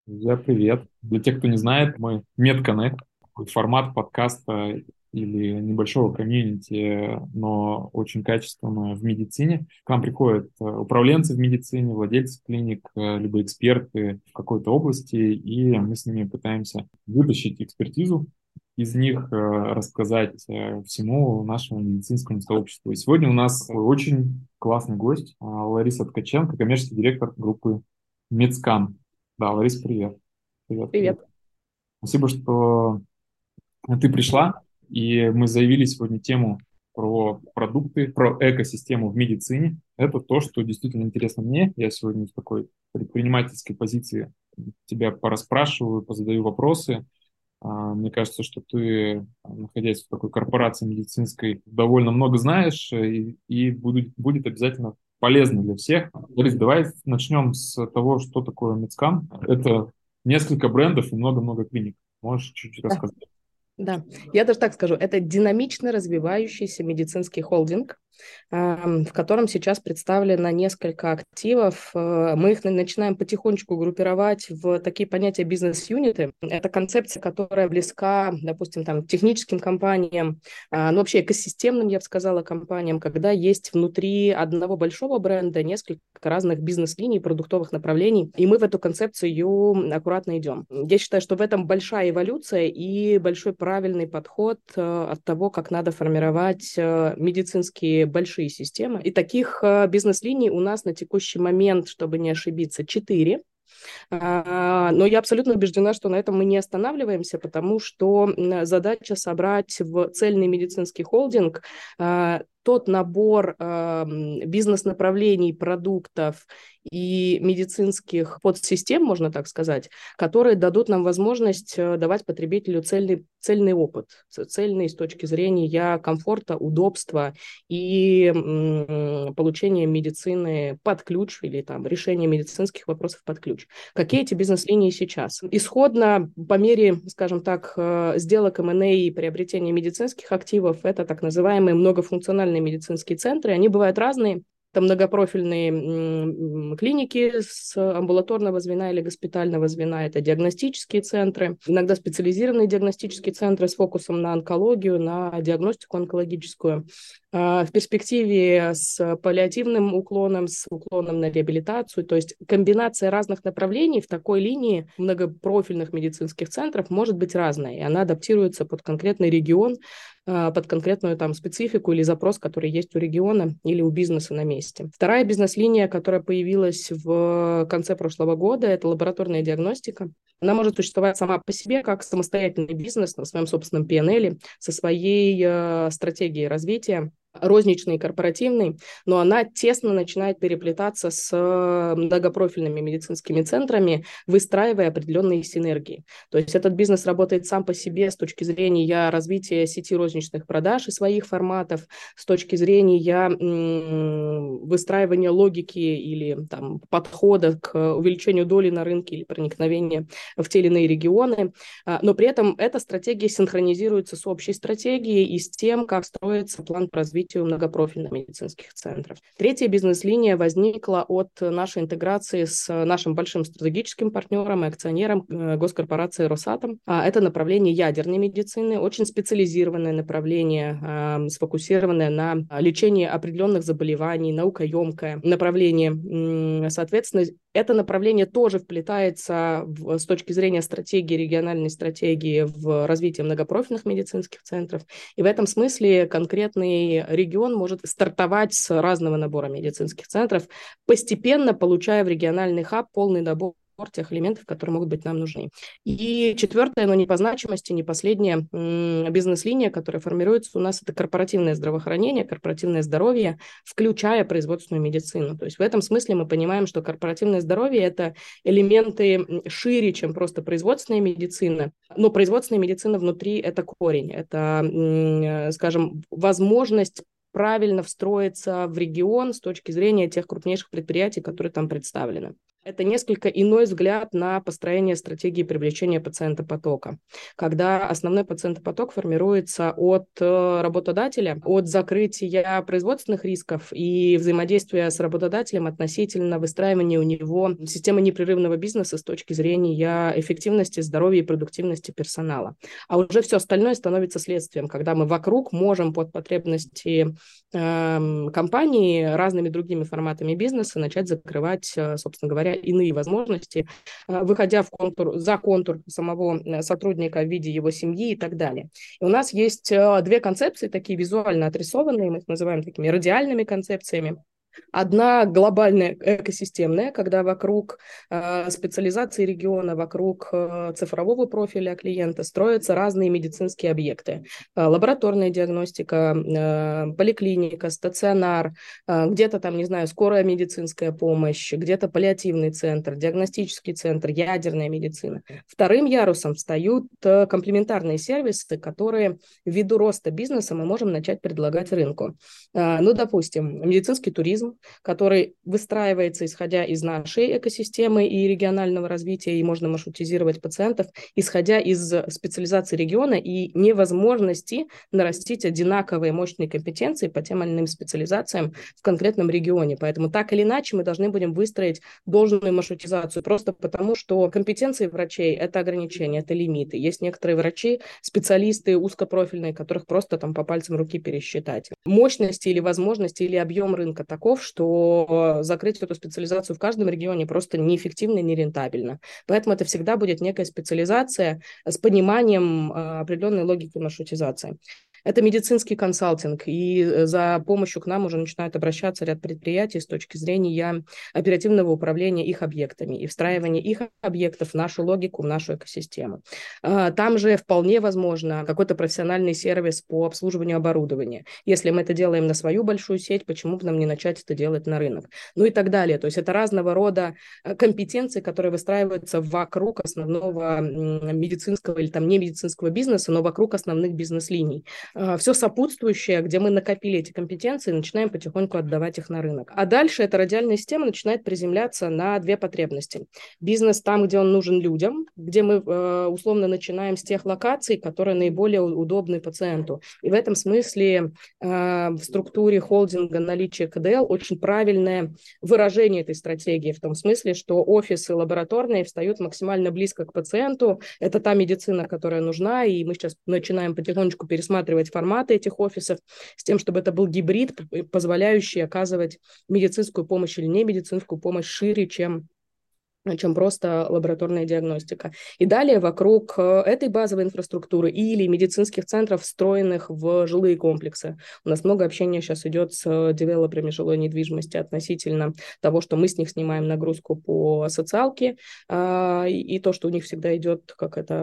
Друзья, привет. Для тех, кто не знает, мы MedConnect, такой формат подкаста или небольшого комьюнити, но очень качественного в медицине. К нам приходят управленцы в медицине, владельцы клиник, либо эксперты в какой-то области, и мы с ними пытаемся вытащить экспертизу из них, рассказать всему нашему медицинскому сообществу. И сегодня у нас очень классный гость, Лариса Ткаченко, коммерческий директор группы Медскан. Да, Ларис, привет. Привет, привет. Привет. Спасибо, что ты пришла, и мы заявили сегодня тему про продукты, про экосистему в медицине. Это то, что действительно интересно мне. Я сегодня в такой предпринимательской позиции тебя порасспрашиваю, позадаю вопросы. Мне кажется, что ты, находясь в такой корпорации медицинской, довольно много знаешь, и будет обязательно полезно для всех. Борис, давай начнем с того, что такое Медскан. Это несколько брендов и много-много клиник. Можешь чуть-чуть Да. рассказать? Да, я даже так скажу, это динамично развивающийся медицинский холдинг, в котором сейчас представлено несколько активов. Мы их начинаем потихонечку группировать в такие понятия бизнес-юниты. Это концепция, которая близка, допустим, там, техническим компаниям, ну, вообще экосистемным, я бы сказала, компаниям, когда есть внутри одного большого бренда несколько разных бизнес-линий, продуктовых направлений, и мы в эту концепцию аккуратно идем. Я считаю, что в этом большая эволюция и большой правильный подход от того, как надо формировать медицинские большие системы. И таких бизнес-линий у нас на текущий момент, чтобы не ошибиться, 4. Но я абсолютно убеждена, что на этом мы не останавливаемся, потому что задача собрать в цельный медицинский холдинг тот набор бизнес-направлений, продуктов и медицинских подсистем, можно так сказать, которые дадут нам возможность давать потребителю цельный опыт, цельный с точки зрения комфорта, удобства и получения медицины под ключ или там решения медицинских вопросов под ключ. Какие эти бизнес-линии сейчас? Исходно, по мере, скажем так, сделок M&A и приобретения медицинских активов, это так называемые многофункциональные медицинские центры. Они бывают разные. Это многопрофильные клиники с амбулаторного звена или госпитального звена, это диагностические центры, иногда специализированные диагностические центры с фокусом на онкологию, на диагностику онкологическую. В перспективе с паллиативным уклоном, с уклоном на реабилитацию, то есть комбинация разных направлений в такой линии многопрофильных медицинских центров может быть разная, и она адаптируется под конкретный регион, под конкретную там специфику или запрос, который есть у региона или у бизнеса на месте. Вторая бизнес-линия, которая появилась в конце прошлого года, это лабораторная диагностика. Она может существовать сама по себе как самостоятельный бизнес на своем собственном P&L, со своей стратегией развития, розничной и корпоративной, но она тесно начинает переплетаться с многопрофильными медицинскими центрами, выстраивая определенные синергии. То есть этот бизнес работает сам по себе с точки зрения развития сети розничных продаж и своих форматов, с точки зрения выстраивания логики или там, подхода к увеличению доли на рынке или проникновения в те или иные регионы, но при этом эта стратегия синхронизируется с общей стратегией и с тем, как строится план по развитию многопрофильных медицинских центров. Третья бизнес-линия возникла от нашей интеграции с нашим большим стратегическим партнером и акционером госкорпорации Росатом. Это направление ядерной медицины, очень специализированное направление, сфокусированное на лечении определенных заболеваний, наукоемкое направление. Соответственно, это направление тоже вплетается с точки зрения стратегии, региональной стратегии в развитие многопрофильных медицинских центров. И в этом смысле конкретный регион может стартовать с разного набора медицинских центров, постепенно получая в региональный хаб полный набор тех элементов, которые могут быть нам нужны. И четвертое, но не по значимости, не последняя бизнес-линия, которая формируется у нас, это корпоративное здравоохранение, корпоративное здоровье, включая производственную медицину. То есть в этом смысле мы понимаем, что корпоративное здоровье – это элементы шире, чем просто производственная медицина, но производственная медицина внутри – это корень, это, скажем, возможность правильно встроиться в регион с точки зрения тех крупнейших предприятий, которые там представлены. Это несколько иной взгляд на построение стратегии привлечения пациентопотока, когда основной пациентопоток формируется от работодателя, от закрытия производственных рисков и взаимодействия с работодателем относительно выстраивания у него системы непрерывного бизнеса с точки зрения эффективности, здоровья и продуктивности персонала. А уже все остальное становится следствием, когда мы вокруг можем под потребности компании разными другими форматами бизнеса начать закрывать, собственно говоря, иные возможности, выходя за контур самого сотрудника в виде его семьи и так далее. И у нас есть две концепции, такие визуально отрисованные, мы их называем такими радиальными концепциями. Одна глобальная экосистемная, когда вокруг специализации региона, вокруг цифрового профиля клиента строятся разные медицинские объекты. Лабораторная диагностика, поликлиника, стационар, где-то там, не знаю, скорая медицинская помощь, где-то паллиативный центр, диагностический центр, ядерная медицина. Вторым ярусом встают комплементарные сервисы, которые ввиду роста бизнеса мы можем начать предлагать рынку. Ну, допустим, медицинский туризм, который выстраивается, исходя из нашей экосистемы и регионального развития, и можно маршрутизировать пациентов, исходя из специализации региона и невозможности нарастить одинаковые мощные компетенции по тем или иным специализациям в конкретном регионе. Поэтому так или иначе мы должны будем выстроить должную маршрутизацию, просто потому что компетенции врачей – это ограничения, это лимиты. Есть некоторые врачи, специалисты узкопрофильные, которых просто там по пальцам руки пересчитать. Мощности или возможности или объем рынка таков, что закрыть эту специализацию в каждом регионе просто неэффективно и нерентабельно. Поэтому это всегда будет некая специализация с пониманием определенной логики маршрутизации. Это медицинский консалтинг, и за помощью к нам уже начинают обращаться ряд предприятий с точки зрения оперативного управления их объектами и встраивания их объектов в нашу логику, в нашу экосистему. Там же вполне возможно какой-то профессиональный сервис по обслуживанию оборудования. Если мы это делаем на свою большую сеть, почему бы нам не начать это делать на рынок? Ну и так далее. То есть это разного рода компетенции, которые выстраиваются вокруг основного медицинского или там не медицинского бизнеса, но вокруг основных бизнес-линий. Все сопутствующее, где мы накопили эти компетенции, начинаем потихоньку отдавать их на рынок. А дальше эта радиальная система начинает приземляться на две потребности. Бизнес там, где он нужен людям, где мы условно начинаем с тех локаций, которые наиболее удобны пациенту. И в этом смысле в структуре холдинга наличие КДЛ очень правильное выражение этой стратегии, в том смысле, что офисы лабораторные встают максимально близко к пациенту. Это та медицина, которая нужна, и мы сейчас начинаем потихонечку пересматривать форматы этих офисов с тем, чтобы это был гибрид, позволяющий оказывать медицинскую помощь или не медицинскую помощь шире, чем просто лабораторная диагностика. И далее вокруг этой базовой инфраструктуры или медицинских центров, встроенных в жилые комплексы. У нас много общения сейчас идет с девелоперами жилой недвижимости относительно того, что мы с них снимаем нагрузку по социалке, и то, что у них всегда идет как это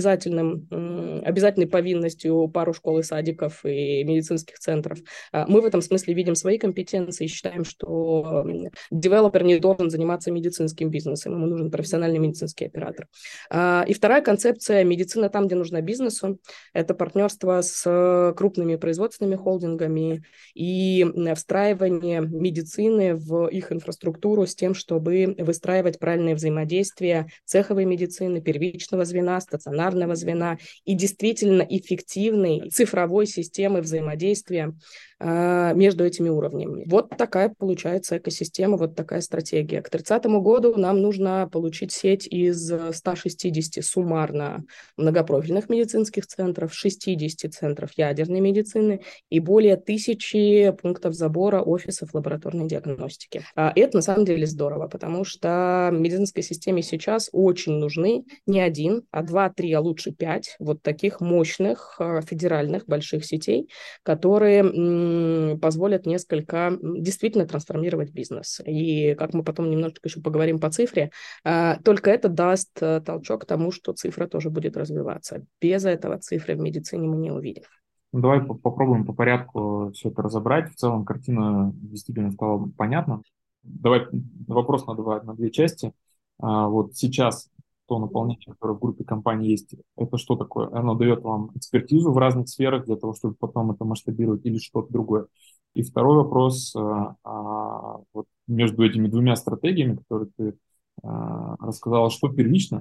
обязательной повинностью пару школ и садиков и медицинских центров. Мы в этом смысле видим свои компетенции и считаем, что девелопер не должен заниматься медицинским бизнесом. Ему нужен профессиональный медицинский оператор. И вторая концепция – медицина там, где нужна бизнесу. Это партнерство с крупными производственными холдингами и встраивание медицины в их инфраструктуру с тем, чтобы выстраивать правильное взаимодействие цеховой медицины, первичного звена, стационарного звена и действительно эффективной цифровой системы взаимодействия между этими уровнями. Вот такая получается экосистема, вот такая стратегия. К 30 году нам нужно получить сеть из 160 суммарно многопрофильных медицинских центров, 60 центров ядерной медицины и более 1000 пунктов забора офисов лабораторной диагностики. И это на самом деле здорово, потому что медицинской системе сейчас очень нужны не один, а 2, 3, а лучше 5 вот таких мощных федеральных больших сетей, которые позволят несколько действительно трансформировать бизнес. И как мы потом немножечко еще поговорим по цифре, только это даст толчок к тому, что цифра тоже будет развиваться. Без этого цифры в медицине мы не увидим. Ну, давай попробуем по порядку все это разобрать. В целом картина действительно стала понятна. Давай вопрос на две части. Вот сейчас то наполнение, которое в группе компаний есть, это что такое? Оно дает вам экспертизу в разных сферах для того, чтобы потом это масштабировать или что-то другое? И второй вопрос, вот между этими двумя стратегиями, которые ты рассказала, что первично,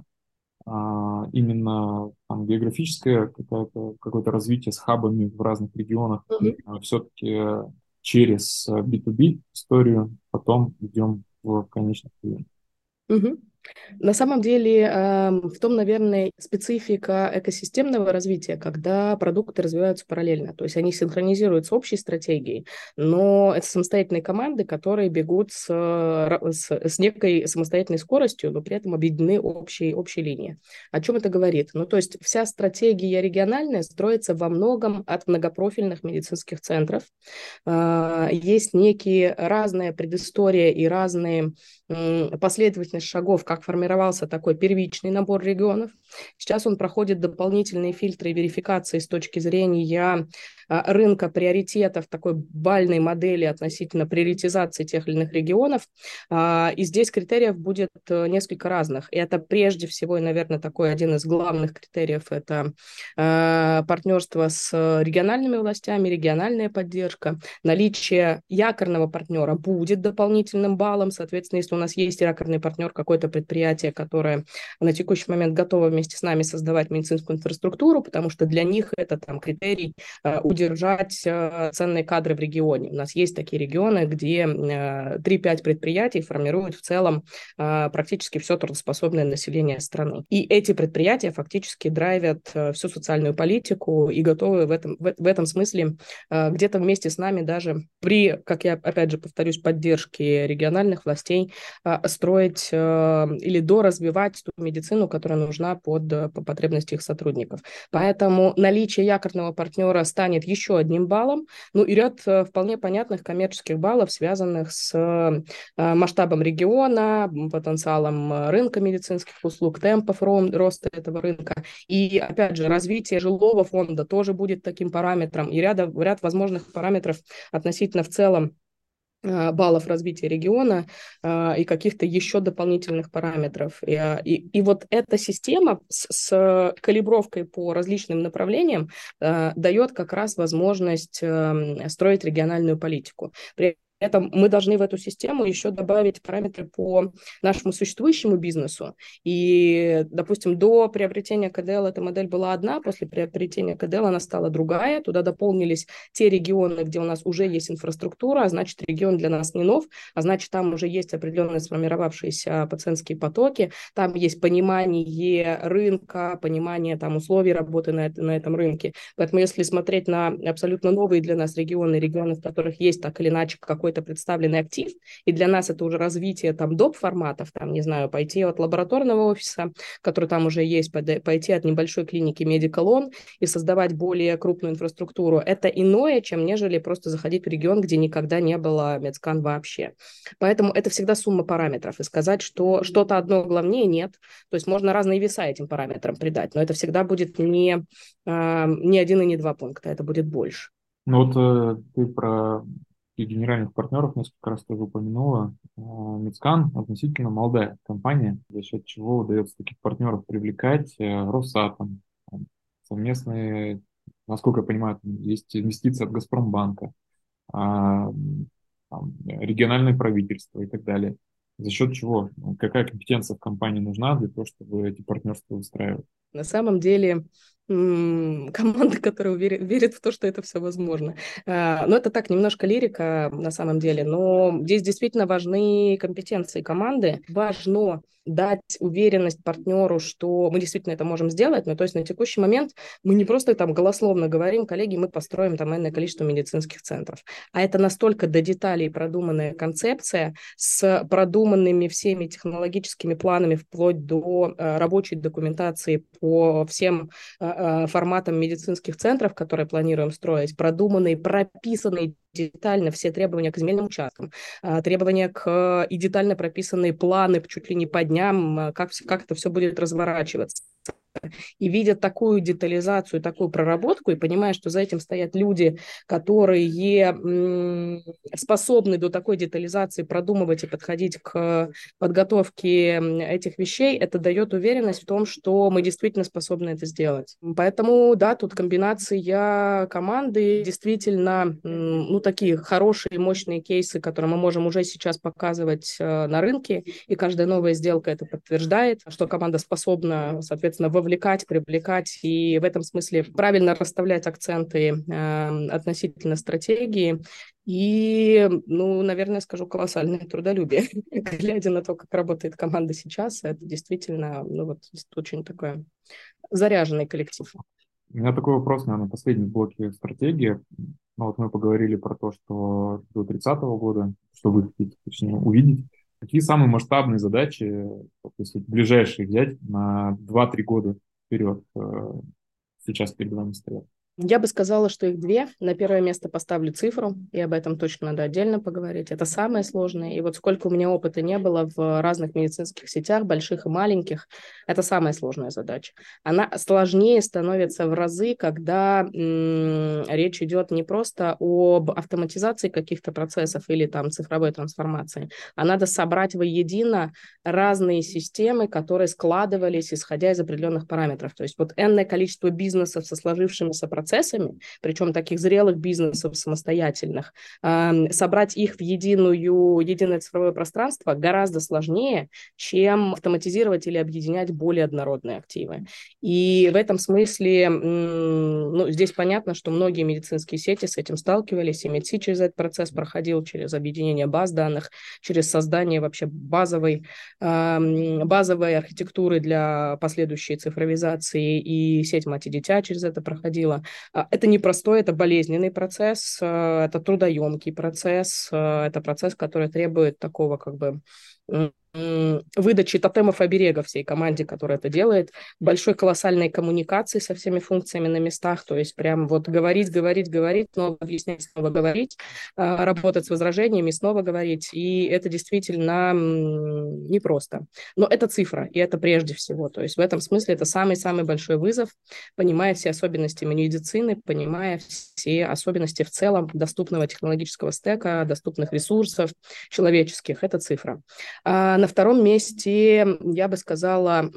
именно там географическое какое-то развитие с хабами в разных регионах, Мгм. все-таки через B2B историю, потом идем в конечный клиент. Мгм. На самом деле, в том, наверное, специфика экосистемного развития, когда продукты развиваются параллельно, то есть они синхронизируют с общей стратегией, но это самостоятельные команды, которые бегут с некой самостоятельной скоростью, но при этом объединены общей линией. О чем это говорит? Ну, то есть вся стратегия региональная строится во многом от многопрофильных медицинских центров. Есть некие разные предыстория и разные последовательность шагов, как формировался такой первичный набор регионов. Сейчас он проходит дополнительные фильтры и верификации с точки зрения рынка приоритетов, такой бальной модели относительно приоритизации тех или иных регионов. И здесь критериев будет несколько разных. И это прежде всего, и, наверное, такой один из главных критериев – это партнерство с региональными властями, региональная поддержка. Наличие якорного партнера будет дополнительным баллом. Соответственно, если у нас есть якорный партнер, какое-то предприятие, которое на текущий момент готово вместе с нами создавать медицинскую инфраструктуру, потому что для них это там критерий удержать ценные кадры в регионе. У нас есть такие регионы, где 3-5 предприятий формируют в целом практически все трудоспособное население страны. И эти предприятия фактически драйвят всю социальную политику и готовы в этом смысле где-то вместе с нами даже при, как я опять же повторюсь, поддержке региональных властей строить или доразвивать ту медицину, которая нужна по потребности их сотрудников. Поэтому наличие якорного партнера станет еще одним баллом, ну и ряд вполне понятных коммерческих баллов, связанных с масштабом региона, потенциалом рынка медицинских услуг, темпов роста этого рынка. И, опять же, развитие жилого фонда тоже будет таким параметром, и ряд возможных параметров относительно в целом баллов развития региона и каких-то еще дополнительных параметров. И вот эта система с калибровкой по различным направлениям дает как раз возможность строить региональную политику. При этом мы должны в эту систему еще добавить параметры по нашему существующему бизнесу. И, допустим, до приобретения КДЛ эта модель была одна, после приобретения КДЛ она стала другая. Туда дополнились те регионы, где у нас уже есть инфраструктура, а значит, регион для нас не нов, а значит, там уже есть определенные сформировавшиеся пациентские потоки, там есть понимание рынка, понимание там условий работы на этом рынке. Поэтому если смотреть на абсолютно новые для нас регионы, в которых есть так или иначе какой-то представленный актив, и для нас это уже развитие там доп. Форматов, там, не знаю, пойти от лабораторного офиса, который там уже есть, пойти от небольшой клиники Medical On и создавать более крупную инфраструктуру, это иное, чем нежели просто заходить в регион, где никогда не было медскан вообще. Поэтому это всегда сумма параметров, и сказать, что что-то одно главнее, нет. То есть можно разные веса этим параметрам придать, но это всегда будет не один и не два пункта, это будет больше. Ну вот ты про и генеральных партнеров несколько раз тоже упомянула. Мицкан относительно молодая компания, за счет чего удается таких партнеров привлекать. Росатом, там, совместные, насколько я понимаю, там есть инвестиции от Газпромбанка, а, там, региональное правительство и так далее. За счет чего? Ну, какая компетенция в компании нужна для того, чтобы эти партнерства выстраивать? На самом деле команда, которая верит в то, что это все возможно. Но это так, немножко лирика на самом деле, но здесь действительно важны компетенции команды. Важно дать уверенность партнеру, что мы действительно это можем сделать, но то есть на текущий момент мы не просто там голословно говорим, коллеги, мы построим там энное количество медицинских центров, а это настолько до деталей продуманная концепция с продуманными всеми технологическими планами вплоть до рабочей документации по всем форматом медицинских центров, которые планируем строить, продуманные, прописанные детально все требования к земельным участкам, требования и детально прописанные планы чуть ли не по дням, как это все будет разворачиваться. и видя такую детализацию, такую проработку, и понимая, что за этим стоят люди, которые способны до такой детализации продумывать и подходить к подготовке этих вещей, это дает уверенность в том, что мы действительно способны это сделать. Поэтому, да, тут комбинация команды, действительно, ну, такие хорошие, мощные кейсы, которые мы можем уже сейчас показывать на рынке, и каждая новая сделка это подтверждает, что команда способна, соответственно, вовлекать, привлекать и в этом смысле правильно расставлять акценты относительно стратегии. И, ну, наверное, скажу, колоссальное трудолюбие. Глядя на то, как работает команда сейчас, это действительно, ну, вот, очень такой заряженный коллектив. У меня такой вопрос, наверное, последний в блоке стратегии. Ну, вот мы поговорили про то, что до 30-го года, что вы хотите, точнее, увидеть. Какие самые масштабные задачи, вот если ближайшие взять, на 2-3 года вперед сейчас перед вами стоят? Я бы сказала, что их две. На первое место поставлю цифру, и об этом точно надо отдельно поговорить. Это самое сложное. И вот сколько у меня опыта не было в разных медицинских сетях, больших и маленьких, это самая сложная задача. Она сложнее становится в разы, когда речь идет не просто об автоматизации каких-то процессов или там цифровой трансформации, а надо собрать воедино разные системы, которые складывались, исходя из определенных параметров. То есть вот энное количество бизнесов со сложившимися процессами, причем таких зрелых бизнесов самостоятельных, собрать их в единое цифровое пространство гораздо сложнее, чем автоматизировать или объединять более однородные активы. И в этом смысле, ну, здесь понятно, что многие медицинские сети с этим сталкивались, и МедСи через этот процесс проходил, через объединение баз данных, через создание вообще базовой архитектуры для последующей цифровизации, и сеть мать и дитя через это проходила. Это непростой, это болезненный процесс, это трудоемкий процесс, это процесс, который требует такого как бы выдачи тотемов оберега всей команде, которая это делает, большой колоссальной коммуникации со всеми функциями на местах, то есть прям вот говорить, снова объяснять, снова говорить, работать с возражениями, снова говорить, и это действительно непросто. Но это цифра, и это прежде всего, то есть в этом смысле это самый-самый большой вызов, понимая все особенности медицины, понимая все особенности в целом доступного технологического стека, доступных ресурсов человеческих, это цифра. На втором месте, я бы сказала,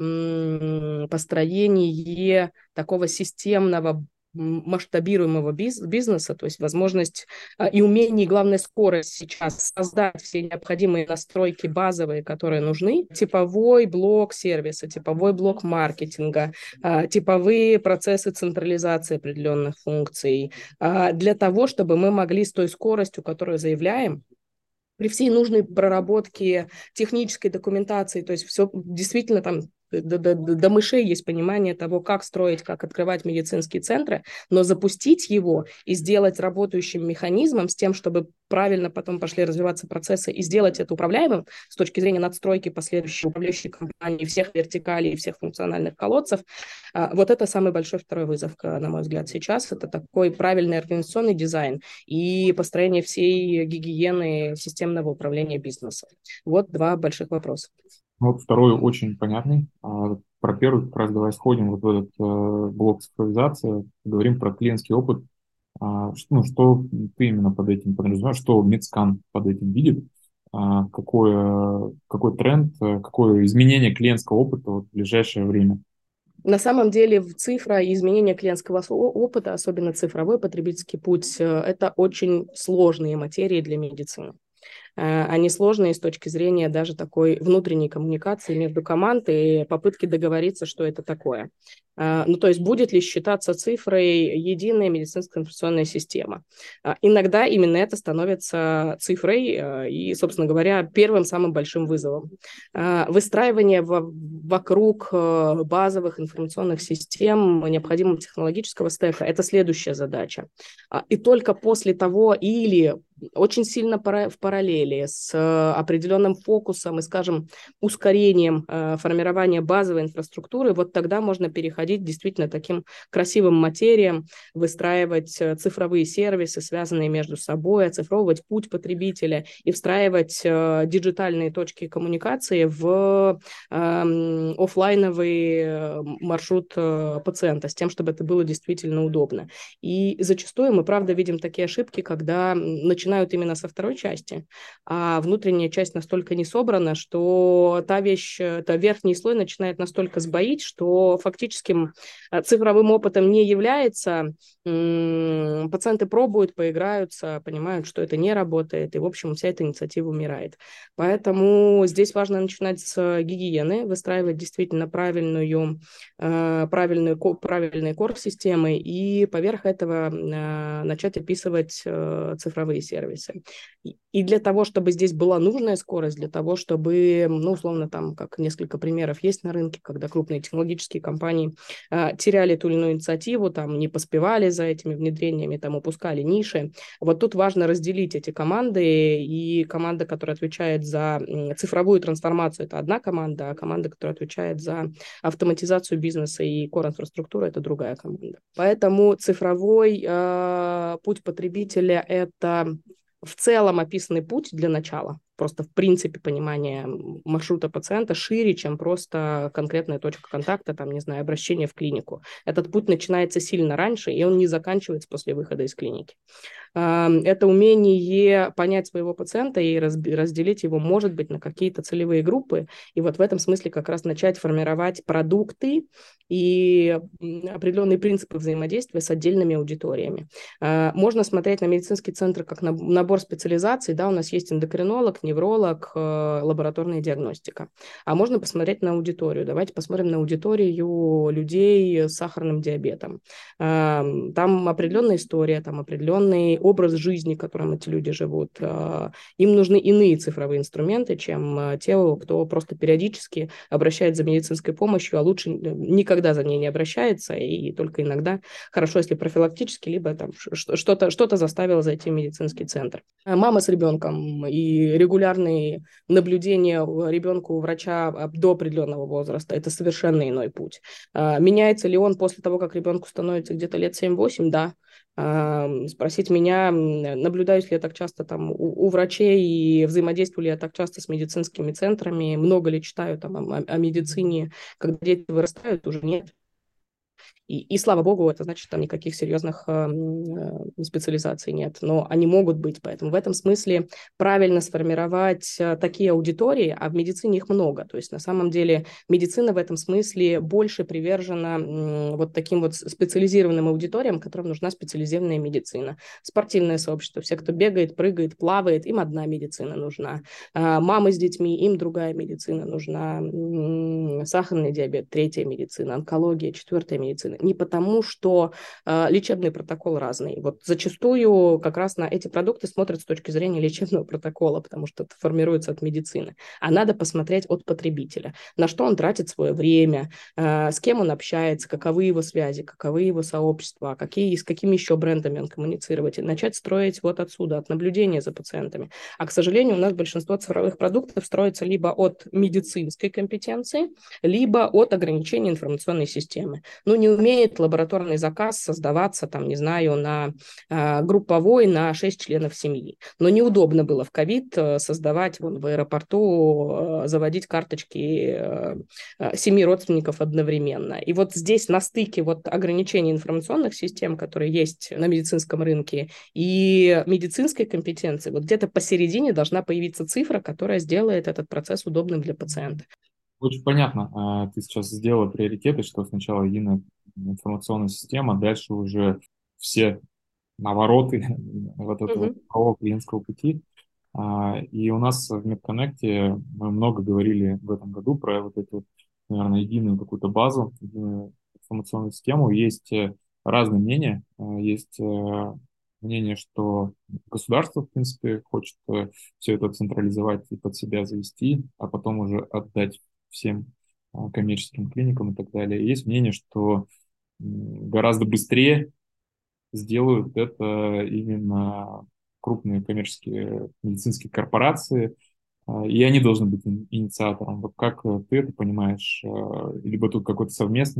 построение такого системного масштабируемого бизнеса, то есть возможность и умение, и главное, скорость сейчас создать все необходимые настройки базовые, которые нужны, типовой блок сервиса, типовой блок маркетинга, типовые процессы централизации определенных функций, для того, чтобы мы могли с той скоростью, которую заявляем, при всей нужной проработке технической документации, то есть все действительно там до мышей есть понимание того, как строить, как открывать медицинские центры, но запустить его и сделать работающим механизмом с тем, чтобы правильно потом пошли развиваться процессы и сделать это управляемым с точки зрения надстройки последующей управляющей компании, всех вертикалей, всех функциональных колодцев, вот это самый большой второй вызов, на мой взгляд, сейчас. Это такой правильный организационный дизайн и построение всей гигиены системного управления бизнесом. Вот два больших вопроса. Вот второй очень понятный. Про первый как раз давай сходим вот в этот блок цифровизации, говорим про клиентский опыт. Что ты именно под этим подразумеваешь, что Медскан под этим видит, какой тренд, какое изменение клиентского опыта вот в ближайшее время? На самом деле цифра и изменение клиентского опыта, особенно цифровой потребительский путь, это очень сложные материи для медицины. Они сложные с точки зрения даже такой внутренней коммуникации между команд и попытки договориться, что это такое. Ну, то есть будет ли считаться цифрой единая медицинская информационная система? Иногда именно это становится цифрой и, собственно говоря, первым самым большим вызовом. Выстраивание вокруг базовых информационных систем необходимого технологического стека – это следующая задача. И только после того или очень сильно в параллель, модели, с определенным фокусом и, скажем, ускорением формирования базовой инфраструктуры, вот тогда можно переходить действительно таким красивым материям, выстраивать цифровые сервисы, связанные между собой, оцифровывать путь потребителя и встраивать диджитальные точки коммуникации в офлайновый маршрут пациента с тем, чтобы это было действительно удобно. И зачастую мы, правда, видим такие ошибки, когда начинают именно со второй части, а внутренняя часть настолько не собрана, что та вещь, та верхний слой начинает настолько сбоить, что фактическим цифровым опытом не является. Пациенты пробуют, поиграются, понимают, что это не работает, и, в общем, вся эта инициатива умирает. Поэтому здесь важно начинать с гигиены, выстраивать действительно правильные кор-системы и поверх этого начать описывать цифровые сервисы. И для того, чтобы здесь была нужная скорость, для того, чтобы, ну, условно, там, как несколько примеров есть на рынке, когда крупные технологические компании теряли ту или иную инициативу, там, не поспевали за этими внедрениями, там, упускали ниши. Вот тут важно разделить эти команды, и команда, которая отвечает за цифровую трансформацию, это одна команда, а команда, которая отвечает за автоматизацию бизнеса и core-инфраструктуру, это другая команда. Поэтому цифровой путь потребителя – это в целом описанный путь для начала. Просто в принципе понимание маршрута пациента шире, чем просто конкретная точка контакта, там, не знаю, обращение в клинику. Этот путь начинается сильно раньше, и он не заканчивается после выхода из клиники. Это умение понять своего пациента и разделить его, может быть, на какие-то целевые группы. И вот в этом смысле как раз начать формировать продукты и определенные принципы взаимодействия с отдельными аудиториями. Можно смотреть на медицинский центр как на набор специализаций. Да, у нас есть эндокринолог, невролог, лабораторная диагностика. А можно посмотреть на аудиторию. Давайте посмотрим на аудиторию людей с сахарным диабетом. Там определенная история, там определенный образ жизни, которым эти люди живут. Им нужны иные цифровые инструменты, чем те, кто просто периодически обращается за медицинской помощью, а лучше никогда за ней не обращается, и только иногда, хорошо, если профилактически, либо там что-то заставило зайти в медицинский центр. Мама с ребенком и регулярные наблюдения ребенка у врача до определенного возраста – это совершенно иной путь. Меняется ли он после того, как ребенку становится где-то лет 7-8? Да. Спросить меня, наблюдаюсь ли я так часто там у врачей и взаимодействую ли я так часто с медицинскими центрами, много ли читаю там о медицине, когда дети вырастают, уже нет. И слава богу, это значит, там никаких серьезных специализаций нет, но они могут быть. Поэтому в этом смысле правильно сформировать такие аудитории, а в медицине их много. То есть на самом деле медицина в этом смысле больше привержена вот таким вот специализированным аудиториям, которым нужна специализированная медицина. Спортивное сообщество, все, кто бегает, прыгает, плавает, им одна медицина нужна. Мамы с детьми, им другая медицина нужна. Сахарный диабет, третья медицина, онкология, четвертая медицина. Не потому, что лечебный протокол разный. Вот зачастую как раз на эти продукты смотрят с точки зрения лечебного протокола, потому что это формируется от медицины. А надо посмотреть от потребителя, на что он тратит свое время, с кем он общается, каковы его связи, каковы его сообщества, с какими еще брендами он коммуницирует. И начать строить вот отсюда, от наблюдения за пациентами. А, к сожалению, у нас большинство цифровых продуктов строится либо от медицинской компетенции, либо от ограничения информационной системы. Ну, не умеет лабораторный заказ создаваться, там, не знаю, на групповой на 6 членов семьи. Но неудобно было в ковид создавать вон, в аэропорту, заводить карточки 7 родственников одновременно. И вот здесь на стыке вот ограничений информационных систем, которые есть на медицинском рынке, и медицинской компетенции, вот где-то посередине должна появиться цифра, которая сделает этот процесс удобным для пациента. Очень понятно. Ты сейчас сделала приоритеты, что сначала единая информационная система, дальше уже все навороты вот этого цифрового клиентского пути. И у нас в MedConnect мы много говорили в этом году про вот эту, наверное, единую какую-то базу, единую информационную систему. Есть разные мнения. Есть мнение, что государство, в принципе, хочет все это централизовать и под себя завести, а потом уже отдать всем коммерческим клиникам и так далее. Есть мнение, что гораздо быстрее сделают это именно крупные коммерческие медицинские корпорации, и они должны быть инициатором. Вот как ты это понимаешь? Либо тут какой-то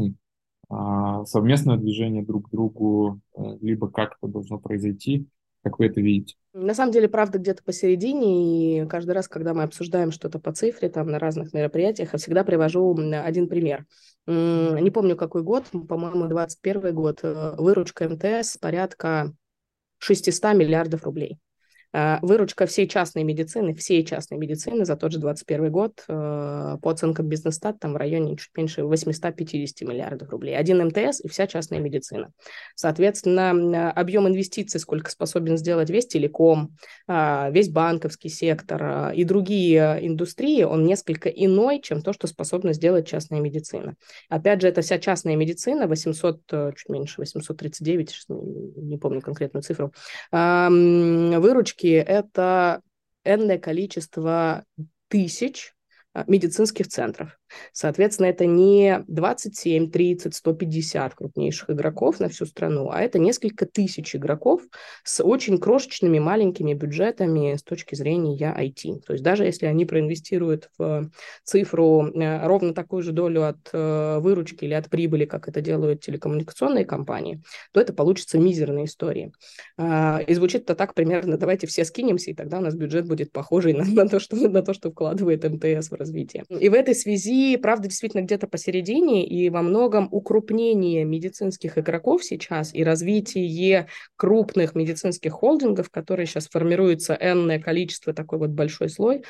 совместное движение друг к другу, либо как это должно произойти, как вы это видите? На самом деле, правда, где-то посередине, и каждый раз, когда мы обсуждаем что-то по цифре, там, на разных мероприятиях, я всегда привожу один пример. Не помню, какой год, по-моему, 21 год, выручка МТС порядка 600 миллиардов рублей. Выручка всей частной медицины за тот же 2021 год, по оценкам Бизнесстат, там в районе чуть меньше 850 миллиардов рублей. Один МТС и вся частная медицина. Соответственно, объем инвестиций, сколько способен сделать весь телеком, весь банковский сектор и другие индустрии, он несколько иной, чем то, что способна сделать частная медицина. Опять же, это вся частная медицина, 800, чуть меньше, 839, не помню конкретную цифру, выручки — это энное количество тысяч медицинских центров. Соответственно, это не 27, 30, 150 крупнейших игроков на всю страну, а это несколько тысяч игроков с очень крошечными маленькими бюджетами с точки зрения IT. То есть даже если они проинвестируют в цифру ровно такую же долю от выручки или от прибыли, как это делают телекоммуникационные компании, то это получится мизерные истории. И звучит это так примерно: давайте все скинемся, и тогда у нас бюджет будет похожий на то, что вкладывает МТС в развитие. И в этой связи правда действительно где-то посередине, и во многом укрупнение медицинских игроков сейчас и развитие крупных медицинских холдингов, которые сейчас формируются энное количество, такой вот большой слой,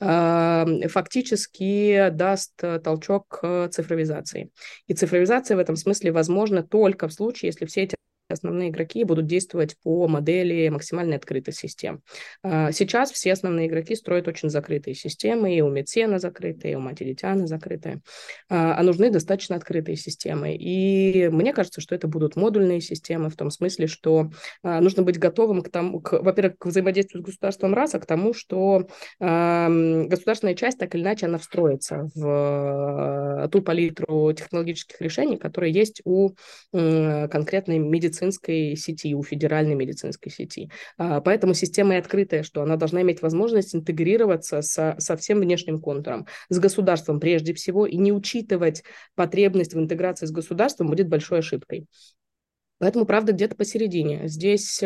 фактически даст толчок к цифровизации. И цифровизация в этом смысле возможна только в случае, если все эти основные игроки будут действовать по модели максимальной открытости систем. Сейчас все основные игроки строят очень закрытые системы, и у Медсена закрытые, и у Мать и Дитя закрытые, а нужны достаточно открытые системы. И мне кажется, что это будут модульные системы в том смысле, что нужно быть готовым к тому, во-первых, к взаимодействию с государством раз, а к тому, что государственная часть так или иначе она встроится в ту палитру технологических решений, которые есть у конкретной медицинской сети, у федеральной медицинской сети. Поэтому система и открытая, что она должна иметь возможность интегрироваться со всем внешним контуром, с государством прежде всего, и не учитывать потребность в интеграции с государством будет большой ошибкой. Поэтому, правда, где-то посередине. Здесь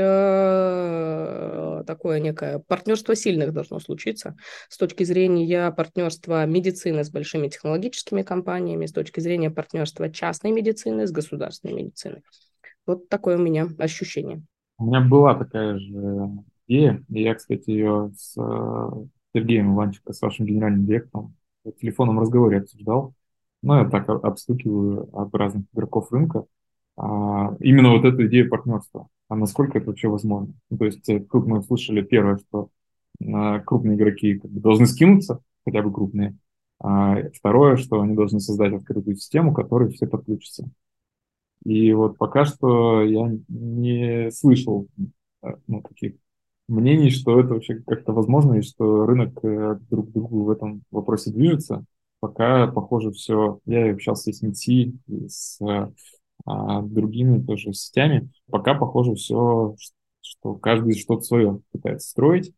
такое некое партнерство сильных должно случиться с точки зрения партнерства медицины с большими технологическими компаниями, с точки зрения партнерства частной медицины с государственной медициной. Вот такое у меня ощущение. У меня была такая же идея, и я, кстати, ее с Сергеем Иванченко, с вашим генеральным директором, в телефонном разговоре обсуждал. Но я так обстукиваю от разных игроков рынка. Именно вот эту идею партнерства. А насколько это вообще возможно? Ну, то есть тут мы услышали первое, что крупные игроки как бы должны скинуться, хотя бы крупные. Второе, что они должны создать открытую систему, к которой все подключатся. И вот пока что я не слышал таких мнений, что это вообще как-то возможно, и что рынок друг к другу в этом вопросе движется. Пока, похоже, все. Я общался и с МИДСИ, и с другими тоже сетями. Пока, похоже, все, что каждый что-то свое пытается строить.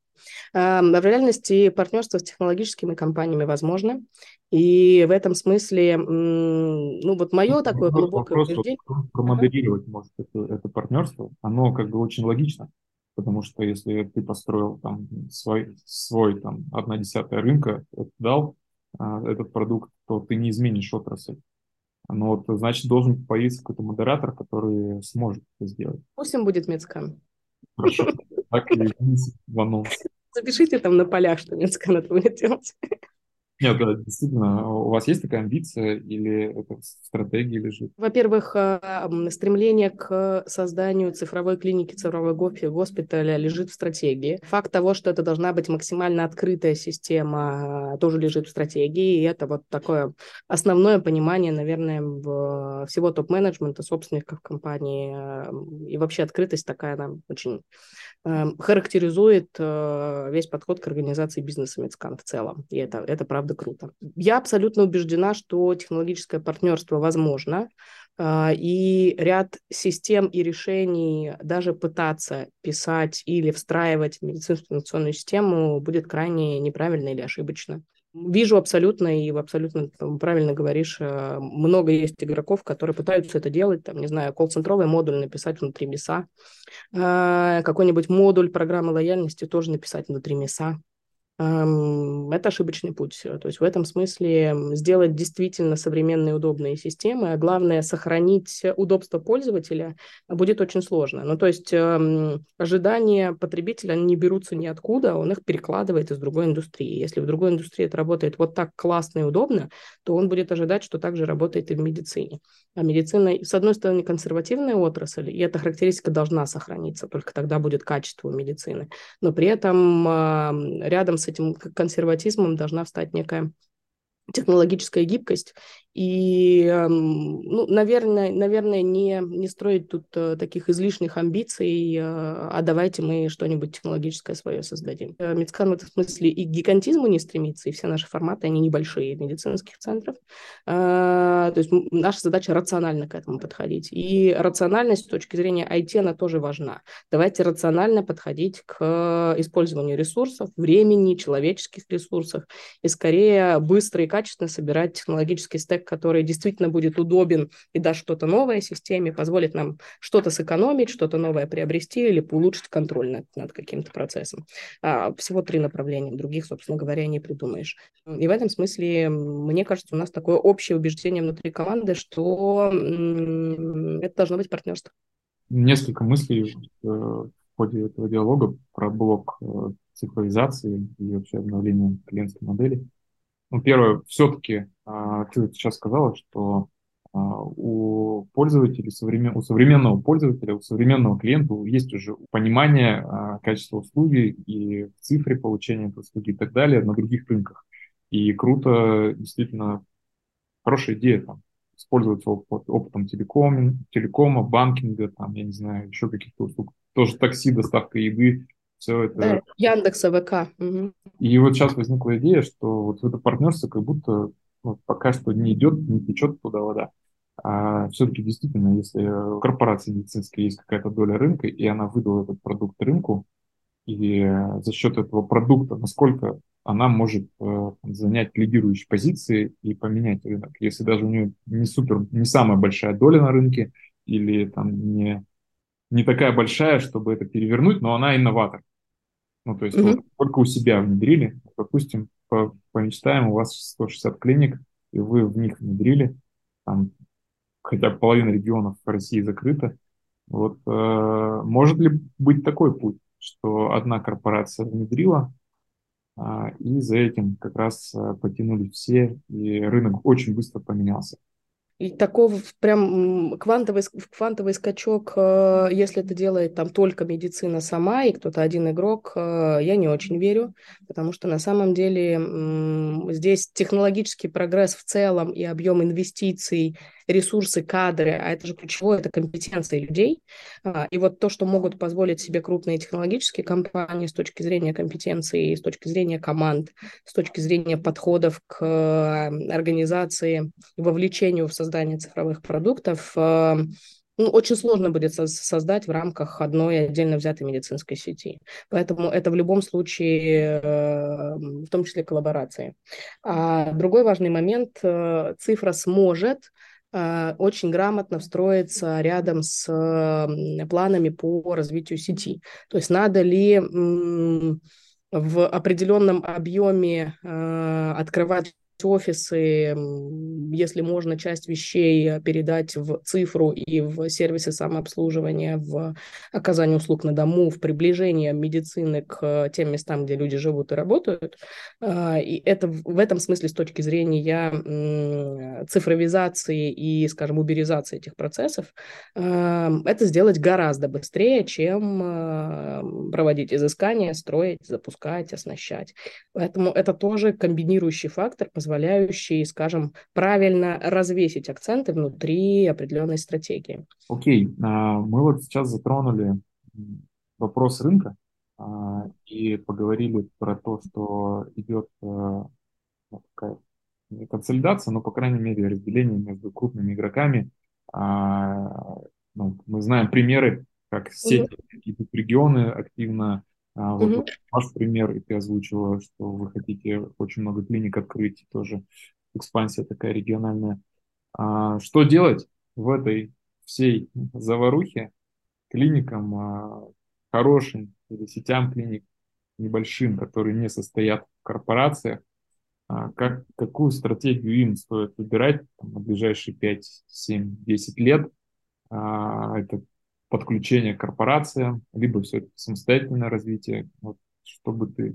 В реальности партнерство с технологическими компаниями возможно. И в этом смысле, ну вот мое такое глубокое Вопрос, убеждение. кто промоделировать может это партнерство, оно как бы очень логично, потому что если ты построил там свой там 1/10 рынка, дал этот продукт, то ты не изменишь отрасль. Но вот, значит, должен появиться какой-то модератор, который сможет это сделать. Пусть им будет Мецкан. Хорошо. Так и в анонс. Запишите там на полях, что Мецкан это будет делать. Нет, да, действительно, у вас есть такая амбиция или это в стратегии лежит? Во-первых, стремление к созданию цифровой клиники, цифровой госпиталя лежит в стратегии. Факт того, что это должна быть максимально открытая система, тоже лежит в стратегии. И это вот такое основное понимание, наверное, всего топ-менеджмента, собственников компании. И вообще открытость такая, она очень характеризует весь подход к организации бизнеса Мецкан в целом. И это правда круто. Я абсолютно убеждена, что технологическое партнерство возможно. И ряд систем и решений даже пытаться писать или встраивать в медицинскую информационную систему будет крайне неправильно или ошибочно. Вижу абсолютно, и вы абсолютно правильно говоришь, много есть игроков, которые пытаются это делать, там, не знаю, колл-центровый модуль написать внутри МИСа, какой-нибудь модуль программы лояльности тоже написать внутри МИСа. Это ошибочный путь. То есть в этом смысле сделать действительно современные удобные системы, а главное сохранить удобство пользователя будет очень сложно. Ну, то есть ожидания потребителя, они не берутся ниоткуда, он их перекладывает из другой индустрии. Если в другой индустрии это работает вот так классно и удобно, то он будет ожидать, что так же работает и в медицине. А медицина, с одной стороны, консервативная отрасль, и эта характеристика должна сохраниться, только тогда будет качество у медицины. Но при этом рядом с этим консерватизмом должна встать некая технологическая гибкость и, ну, наверное, не строить тут таких излишних амбиций, а давайте мы что-нибудь технологическое свое создадим. Медскан в этом смысле и к гигантизму не стремится, и все наши форматы, они небольшие медицинских центров. То есть наша задача рационально к этому подходить. И рациональность с точки зрения IT, она тоже важна. Давайте рационально подходить к использованию ресурсов, времени, человеческих ресурсов, и скорее быстро и качественно собирать технологический стек, который действительно будет удобен и даст что-то новое системе, позволит нам что-то сэкономить, что-то новое приобрести или улучшить контроль над каким-то процессом. Всего 3 направления, других, собственно говоря, не придумаешь. И в этом смысле, мне кажется, у нас такое общее убеждение внутри команды, что это должно быть партнерство. Несколько мыслей в ходе этого диалога про блок цифровизации и вообще обновления клиентской модели. Ну, первое, все-таки ты вот сейчас сказала, что у пользователей, у современного пользователя, у современного клиента есть уже понимание качества услуги и в цифре получения этой услуги и так далее на других рынках. И круто, действительно, хорошая идея там использоваться опытом телекома, банкинга, там, я не знаю, еще каких-то услуг. Тоже такси, доставка еды, все это. Да, Яндекс, АВК. Угу. И вот сейчас возникла идея, что вот это партнерство как будто пока что не идет, не течет туда вода. А все-таки действительно, если у корпорации медицинской есть какая-то доля рынка, и она выдала этот продукт рынку, и за счет этого продукта, насколько она может занять лидирующие позиции и поменять рынок. Если даже у нее не супер, не самая большая доля на рынке, или там не такая большая, чтобы это перевернуть, но она инноватор. Ну, то есть вот Угу. только у себя внедрили, допустим, помечтаем, у вас 160 клиник, и вы в них внедрили, там хотя бы половина регионов в России закрыта. Вот может ли быть такой путь, что одна корпорация внедрила, и за этим как раз потянулись все, и рынок очень быстро поменялся. И такого прям квантовый скачок, если это делает там только медицина сама и кто-то один игрок, я не очень верю, потому что на самом деле здесь технологический прогресс в целом и объем инвестиций, ресурсы, кадры, а это же ключевое, это компетенции людей. И вот то, что могут позволить себе крупные технологические компании с точки зрения компетенции, с точки зрения команд, с точки зрения подходов к организации, вовлечению в создание цифровых продуктов, ну, очень сложно будет создать в рамках одной отдельно взятой медицинской сети. Поэтому это в любом случае, в том числе коллаборации. А другой важный момент, цифра сможет очень грамотно встроиться рядом с планами по развитию сети. То есть надо ли в определенном объеме открывать офисы, если можно часть вещей передать в цифру и в сервисы самообслуживания, в оказание услуг на дому, в приближение медицины к тем местам, где люди живут и работают. И это в этом смысле с точки зрения цифровизации и, скажем, уберизации этих процессов, это сделать гораздо быстрее, чем проводить изыскания, строить, запускать, оснащать. Поэтому это тоже комбинирующий фактор, позволяющий, скажем, правильно развесить акценты внутри определенной стратегии. Окей, мы вот сейчас затронули вопрос рынка и поговорили про то, что идет такая не консолидация, но, по крайней мере, разделение между крупными игроками А, ну, мы знаем примеры, как Мгм. сети идут в регионы активно. Вот Мгм. ваш пример, и ты озвучивала, что вы хотите очень много клиник открыть, и тоже экспансия такая региональная. Что делать в этой всей заварухе клиникам, хорошим или сетям клиник небольшим, которые не состоят в корпорациях? Какую стратегию им стоит выбирать там, на ближайшие 5, 7, 10 лет? Это подключение к корпорациям, либо все-таки самостоятельное развитие. Вот, что бы ты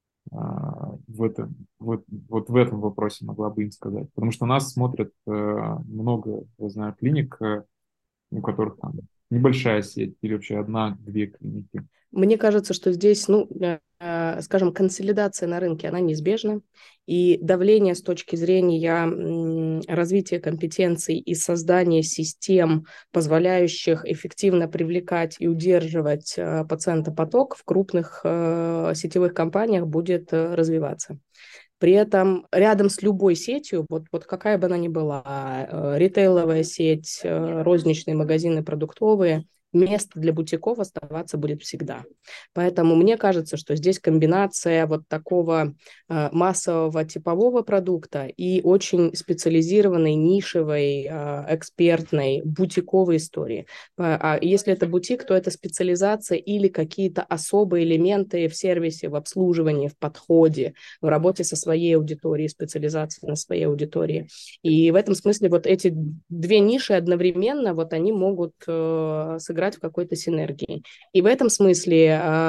вот в этом вопросе могла бы им сказать? Потому что нас смотрят много, я знаю, клиник, у которых там небольшая сеть или вообще одна-две клиники. Мне кажется, что здесь, ну, скажем, консолидация на рынке, она неизбежна, и давление с точки зрения развития компетенций и создания систем, позволяющих эффективно привлекать и удерживать пациентопоток в крупных сетевых компаниях будет развиваться. При этом рядом с любой сетью, вот какая бы она ни была, ритейловая сеть, розничные магазины продуктовые, место для бутиков оставаться будет всегда. Поэтому мне кажется, что здесь комбинация вот такого массового типового продукта и очень специализированной, нишевой, экспертной, бутиковой истории. А если это бутик, то это специализация или какие-то особые элементы в сервисе, в обслуживании, в подходе, в работе со своей аудиторией, специализации на своей аудитории. И в этом смысле вот эти две ниши одновременно, вот они могут сыграть в какой-то синергии. И в этом смысле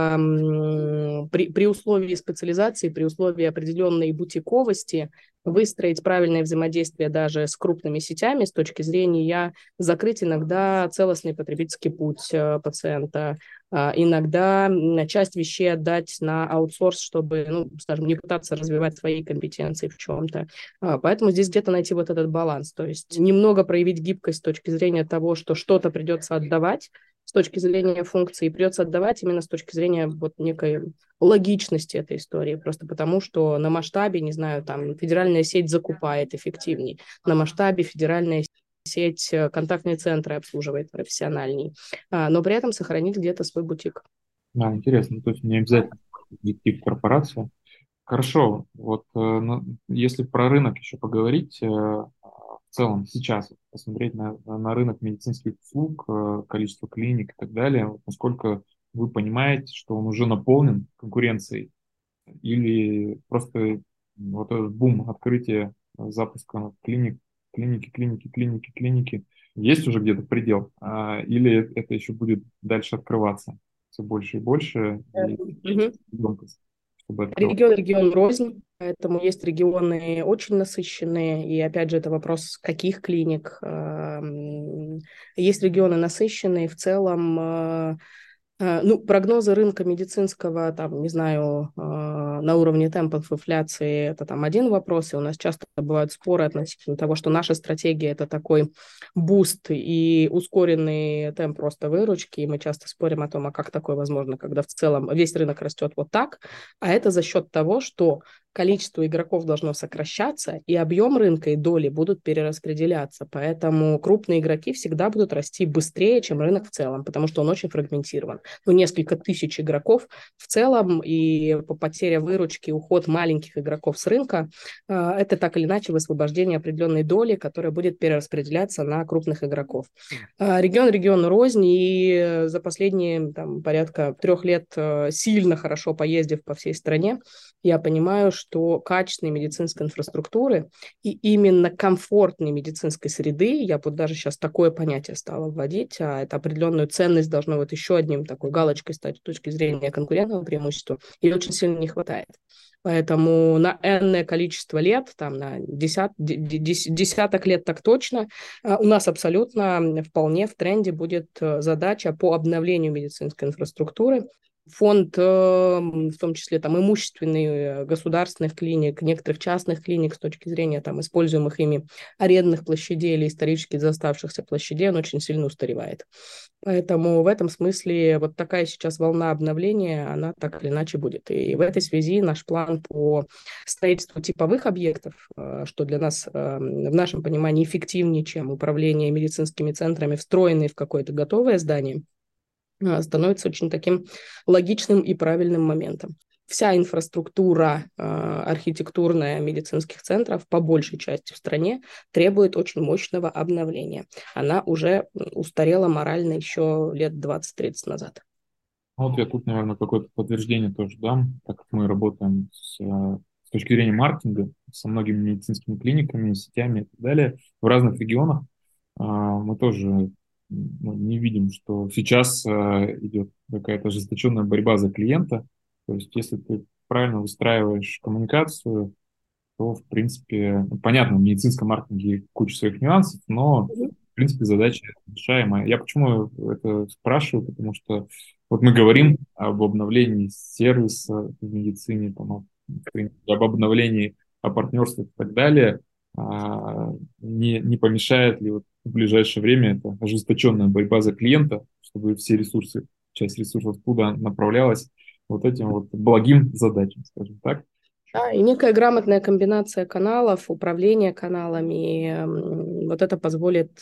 при условии специализации, при условии определенной бутиковости, выстроить правильное взаимодействие даже с крупными сетями с точки зрения закрыть иногда целостный потребительский путь пациента, иногда часть вещей отдать на аутсорс, чтобы, ну, скажем, не пытаться развивать свои компетенции в чем-то. Поэтому здесь где-то найти вот этот баланс, то есть немного проявить гибкость с точки зрения того, что что-то придется отдавать, с точки зрения функции, и придется отдавать именно с точки зрения вот некой логичности этой истории, просто потому что на масштабе, не знаю, там федеральная сеть закупает эффективней, на масштабе федеральная сеть контактные центры обслуживает профессиональней, но при этом сохранить где-то свой бутик. Да, интересно, то есть не обязательно идти в корпорацию. Хорошо, вот если про рынок еще поговорить, в целом сейчас вот посмотреть на рынок медицинских услуг, количество клиник и так далее, вот насколько вы понимаете, что он уже наполнен конкуренцией, или просто вот этот бум открытия, запуска клиник, клиники, есть уже где-то предел, или это еще будет дальше открываться все больше и больше, и Мгм. громкость, чтобы открывать. Регион рознь, поэтому есть регионы очень насыщенные, и опять же это вопрос каких клиник. Есть регионы насыщенные, в целом ну, прогнозы рынка медицинского, там, не знаю, на уровне темпов инфляции, это там один вопрос, и у нас часто бывают споры относительно того, что наша стратегия – это такой буст и ускоренный темп роста выручки, и мы часто спорим о том, а как такое возможно, когда в целом весь рынок растет вот так, а это за счет того, что количество игроков должно сокращаться, и объем рынка и доли будут перераспределяться. Поэтому крупные игроки всегда будут расти быстрее, чем рынок в целом, потому что он очень фрагментирован. Ну, несколько тысяч игроков в целом, и по потере выручки, уход маленьких игроков с рынка, это так или иначе высвобождение определенной доли, которая будет перераспределяться на крупных игроков. Регион рознь, и за последние там, порядка 3 лет сильно хорошо поездив по всей стране, я понимаю, что качественной медицинской инфраструктуры и именно комфортной медицинской среды, я вот даже сейчас такое понятие стала вводить, а это определенную ценность должно вот еще одним такой галочкой стать с точки зрения конкурентного преимущества, и очень сильно не хватает. Поэтому на энное количество лет, там на десяток лет так точно, у нас абсолютно вполне в тренде будет задача по обновлению медицинской инфраструктуры, фонд, в том числе там имущественный, государственных клиник, некоторых частных клиник с точки зрения там используемых ими арендных площадей или исторически заставшихся площадей, он очень сильно устаревает. Поэтому в этом смысле вот такая сейчас волна обновления, она так или иначе будет. И в этой связи наш план по строительству типовых объектов, что для нас в нашем понимании эффективнее, чем управление медицинскими центрами, встроенные в какое-то готовое здание, становится очень таким логичным и правильным моментом. Вся инфраструктура архитектурная медицинских центров по большей части в стране требует очень мощного обновления. Она уже устарела морально еще лет 20-30 назад. Вот я тут, наверное, какое-то подтверждение тоже дам, так как мы работаем с точки зрения маркетинга со многими медицинскими клиниками, сетями и так далее в разных регионах. Мы тоже не видим, что сейчас идет какая-то ожесточенная борьба за клиента. То есть, если ты правильно выстраиваешь коммуникацию, то, в принципе, понятно, в медицинском маркетинге куча своих нюансов, но, в принципе, задача решаемая. Я почему это спрашиваю? Потому что вот мы говорим об обновлении сервиса в медицине, там, в принципе, об обновлении, о партнерствах и так далее. Не помешает ли вот в ближайшее время это ожесточенная борьба за клиента, чтобы все ресурсы, часть ресурсов туда направлялась вот этим вот благим задачам, скажем так. Да, и некая грамотная комбинация каналов, управление каналами, вот это позволит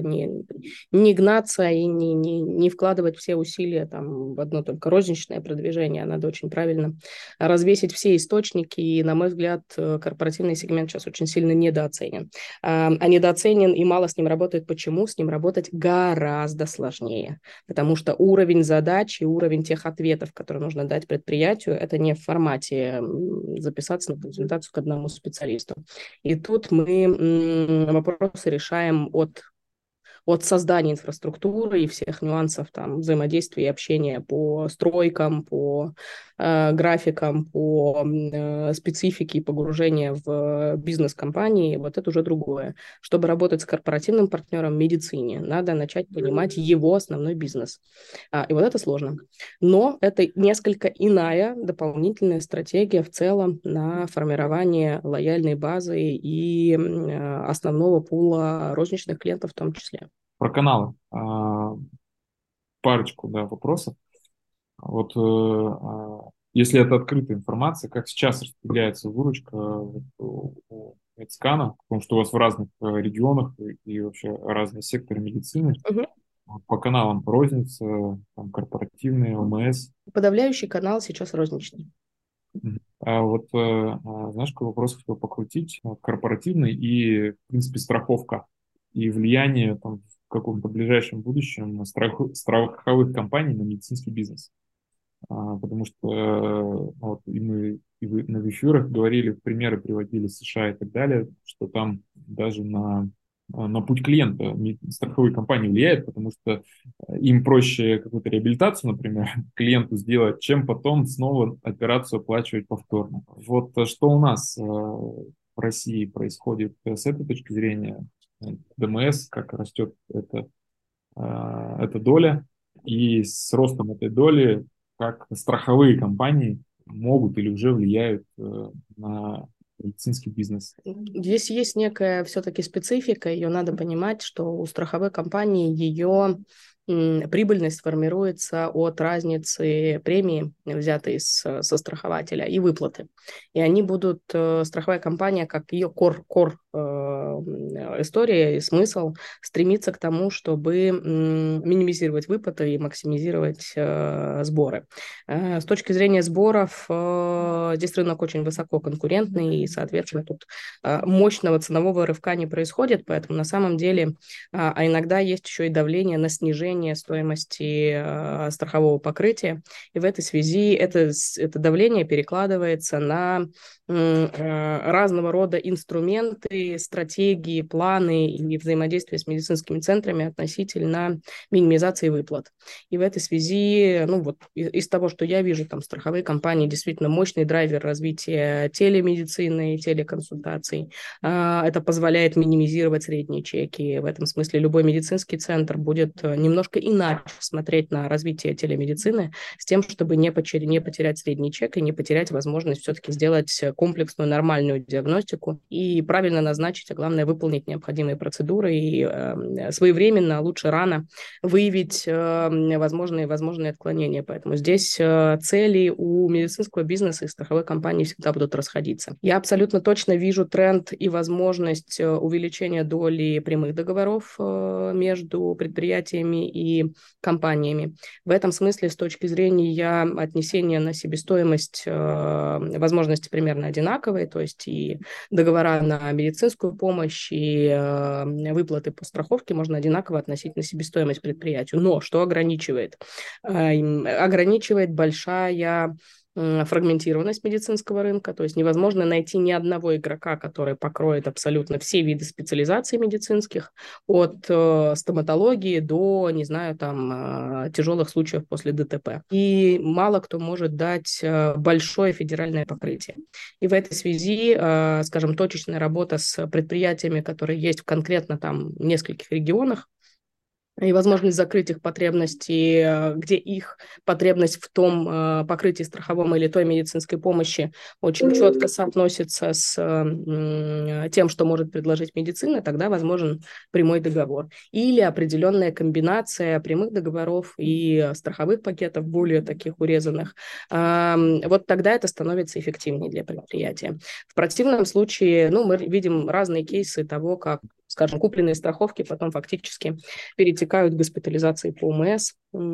не гнаться и не вкладывать все усилия там, в одно только розничное продвижение. Надо очень правильно развесить все источники, и, на мой взгляд, корпоративный сегмент сейчас очень сильно недооценен. А недооценен и мало с ним работает. Почему? С ним работать гораздо сложнее, потому что уровень задач и уровень тех ответов, которые нужно дать предприятию, это не в формате записаться на консультацию к одному специалисту. И тут мы вопросы решаем от создания инфраструктуры и всех нюансов там, взаимодействия и общения по стройкам, по графикам, по специфике и погружения в бизнес-компании, вот это уже другое. Чтобы работать с корпоративным партнером в медицине, надо начать понимать его основной бизнес. И вот это сложно. Но это несколько иная дополнительная стратегия в целом на формирование лояльной базы и основного пула розничных клиентов в том числе. Про каналы. Парочку, да, вопросов. Вот если это открытая информация, как сейчас распределяется выручка у медскана, потому что у вас в разных регионах и вообще разные секторы медицины, по каналам розница, там, корпоративные, ОМС. Подавляющий канал сейчас розничный. А вот, знаешь, какой вопрос хотел покрутить? Вот, корпоративный и, в принципе, страховка и влияние там, в каком-то ближайшем будущем страховых компаний на медицинский бизнес. Потому что вот, и мы и вы на эфирах говорили, примеры приводили США и так далее, что там даже на путь клиента страховые компании влияют, потому что им проще какую-то реабилитацию, например, клиенту сделать, чем потом снова операцию оплачивать повторно. Вот что у нас в России происходит с этой точки зрения, ДМС, как растет эта доля, и с ростом этой доли, как страховые компании могут или уже влияют на медицинский бизнес. Здесь есть некая все-таки специфика, ее надо понимать, что у страховой компании ее прибыльность формируется от разницы премии, взятой со страхователя, и выплаты. И они будут, страховая компания, как ее кор история и смысл, стремиться к тому, чтобы минимизировать выплаты и максимизировать сборы. С точки зрения сборов, здесь рынок очень высоко конкурентный, и, соответственно, тут мощного ценового рывка не происходит, поэтому на самом деле, а иногда есть еще и давление на снижение стоимости страхового покрытия, и в этой связи это давление перекладывается на разного рода инструменты, стратегии, планы и взаимодействие с медицинскими центрами относительно минимизации выплат. И в этой связи, ну вот из того, что я вижу, там страховые компании действительно мощный драйвер развития телемедицины, телеконсультаций. Это позволяет минимизировать средние чеки. В этом смысле любой медицинский центр будет немножко немножко иначе смотреть на развитие телемедицины с тем, чтобы не потерять средний чек и не потерять возможность все-таки сделать комплексную нормальную диагностику и правильно назначить, а главное выполнить необходимые процедуры и своевременно, лучше рано выявить возможные отклонения. Поэтому здесь цели у медицинского бизнеса и страховой компании всегда будут расходиться. Я абсолютно точно вижу тренд и возможность увеличения доли прямых договоров между предприятиями и компаниями. В этом смысле, с точки зрения отнесения на себестоимость, возможности примерно одинаковые, то есть и договора на медицинскую помощь, и выплаты по страховке можно одинаково относить на себестоимость предприятию. Но что ограничивает? Ограничивает большая фрагментированность медицинского рынка, то есть невозможно найти ни одного игрока, который покроет абсолютно все виды специализаций медицинских, от стоматологии до, не знаю, там, тяжелых случаев после ДТП. И мало кто может дать большое федеральное покрытие. И в этой связи, скажем, точечная работа с предприятиями, которые есть в конкретно там нескольких регионах, и возможность закрыть их потребности, где их потребность в том покрытии страховом или той медицинской помощи очень четко соотносится с тем, что может предложить медицина, тогда возможен прямой договор. Или определенная комбинация прямых договоров и страховых пакетов, более таких урезанных. Вот тогда это становится эффективнее для предприятия. В противном случае, мы видим разные кейсы того, как, скажем, купленные страховки потом фактически перетекают к госпитализации по ОМС.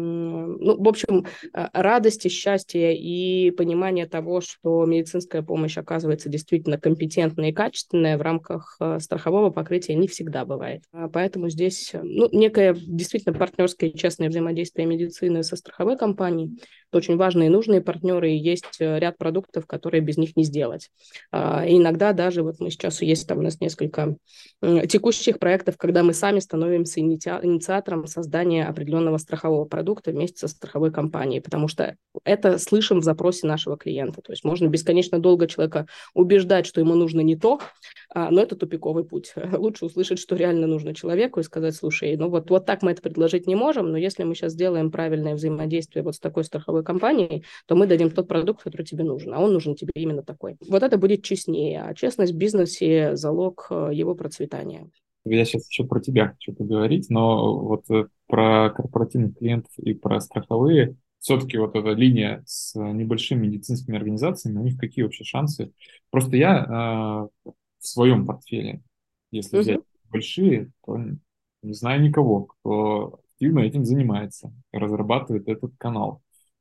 В общем, радости, счастья и понимание того, что медицинская помощь оказывается действительно компетентная и качественная в рамках страхового покрытия не всегда бывает. Поэтому здесь некое действительно партнерское и честное взаимодействие медицины со страховой компанией. Это очень важные и нужные партнеры, и есть ряд продуктов, которые без них не сделать. И иногда даже, вот мы сейчас, есть там у нас несколько текущих проектов, когда мы сами становимся инициатором создания определенного страхового продукта вместе со страховой компанией, потому что это слышим в запросе нашего клиента. То есть можно бесконечно долго человека убеждать, что ему нужно не то, но это тупиковый путь. Лучше услышать, что реально нужно человеку, и сказать: слушай, вот так мы это предложить не можем, но если мы сейчас сделаем правильное взаимодействие вот с такой страховой компанией, то мы дадим тот продукт, который тебе нужен, а он нужен тебе именно такой. Вот это будет честнее, а честность в бизнесе – залог его процветания. Я сейчас еще про тебя хочу поговорить, но вот про корпоративных клиентов и про страховые, все-таки вот эта линия с небольшими медицинскими организациями, у них какие вообще шансы? Просто я в своем портфеле, если взять большие, то не знаю никого, кто активно этим занимается, разрабатывает этот канал.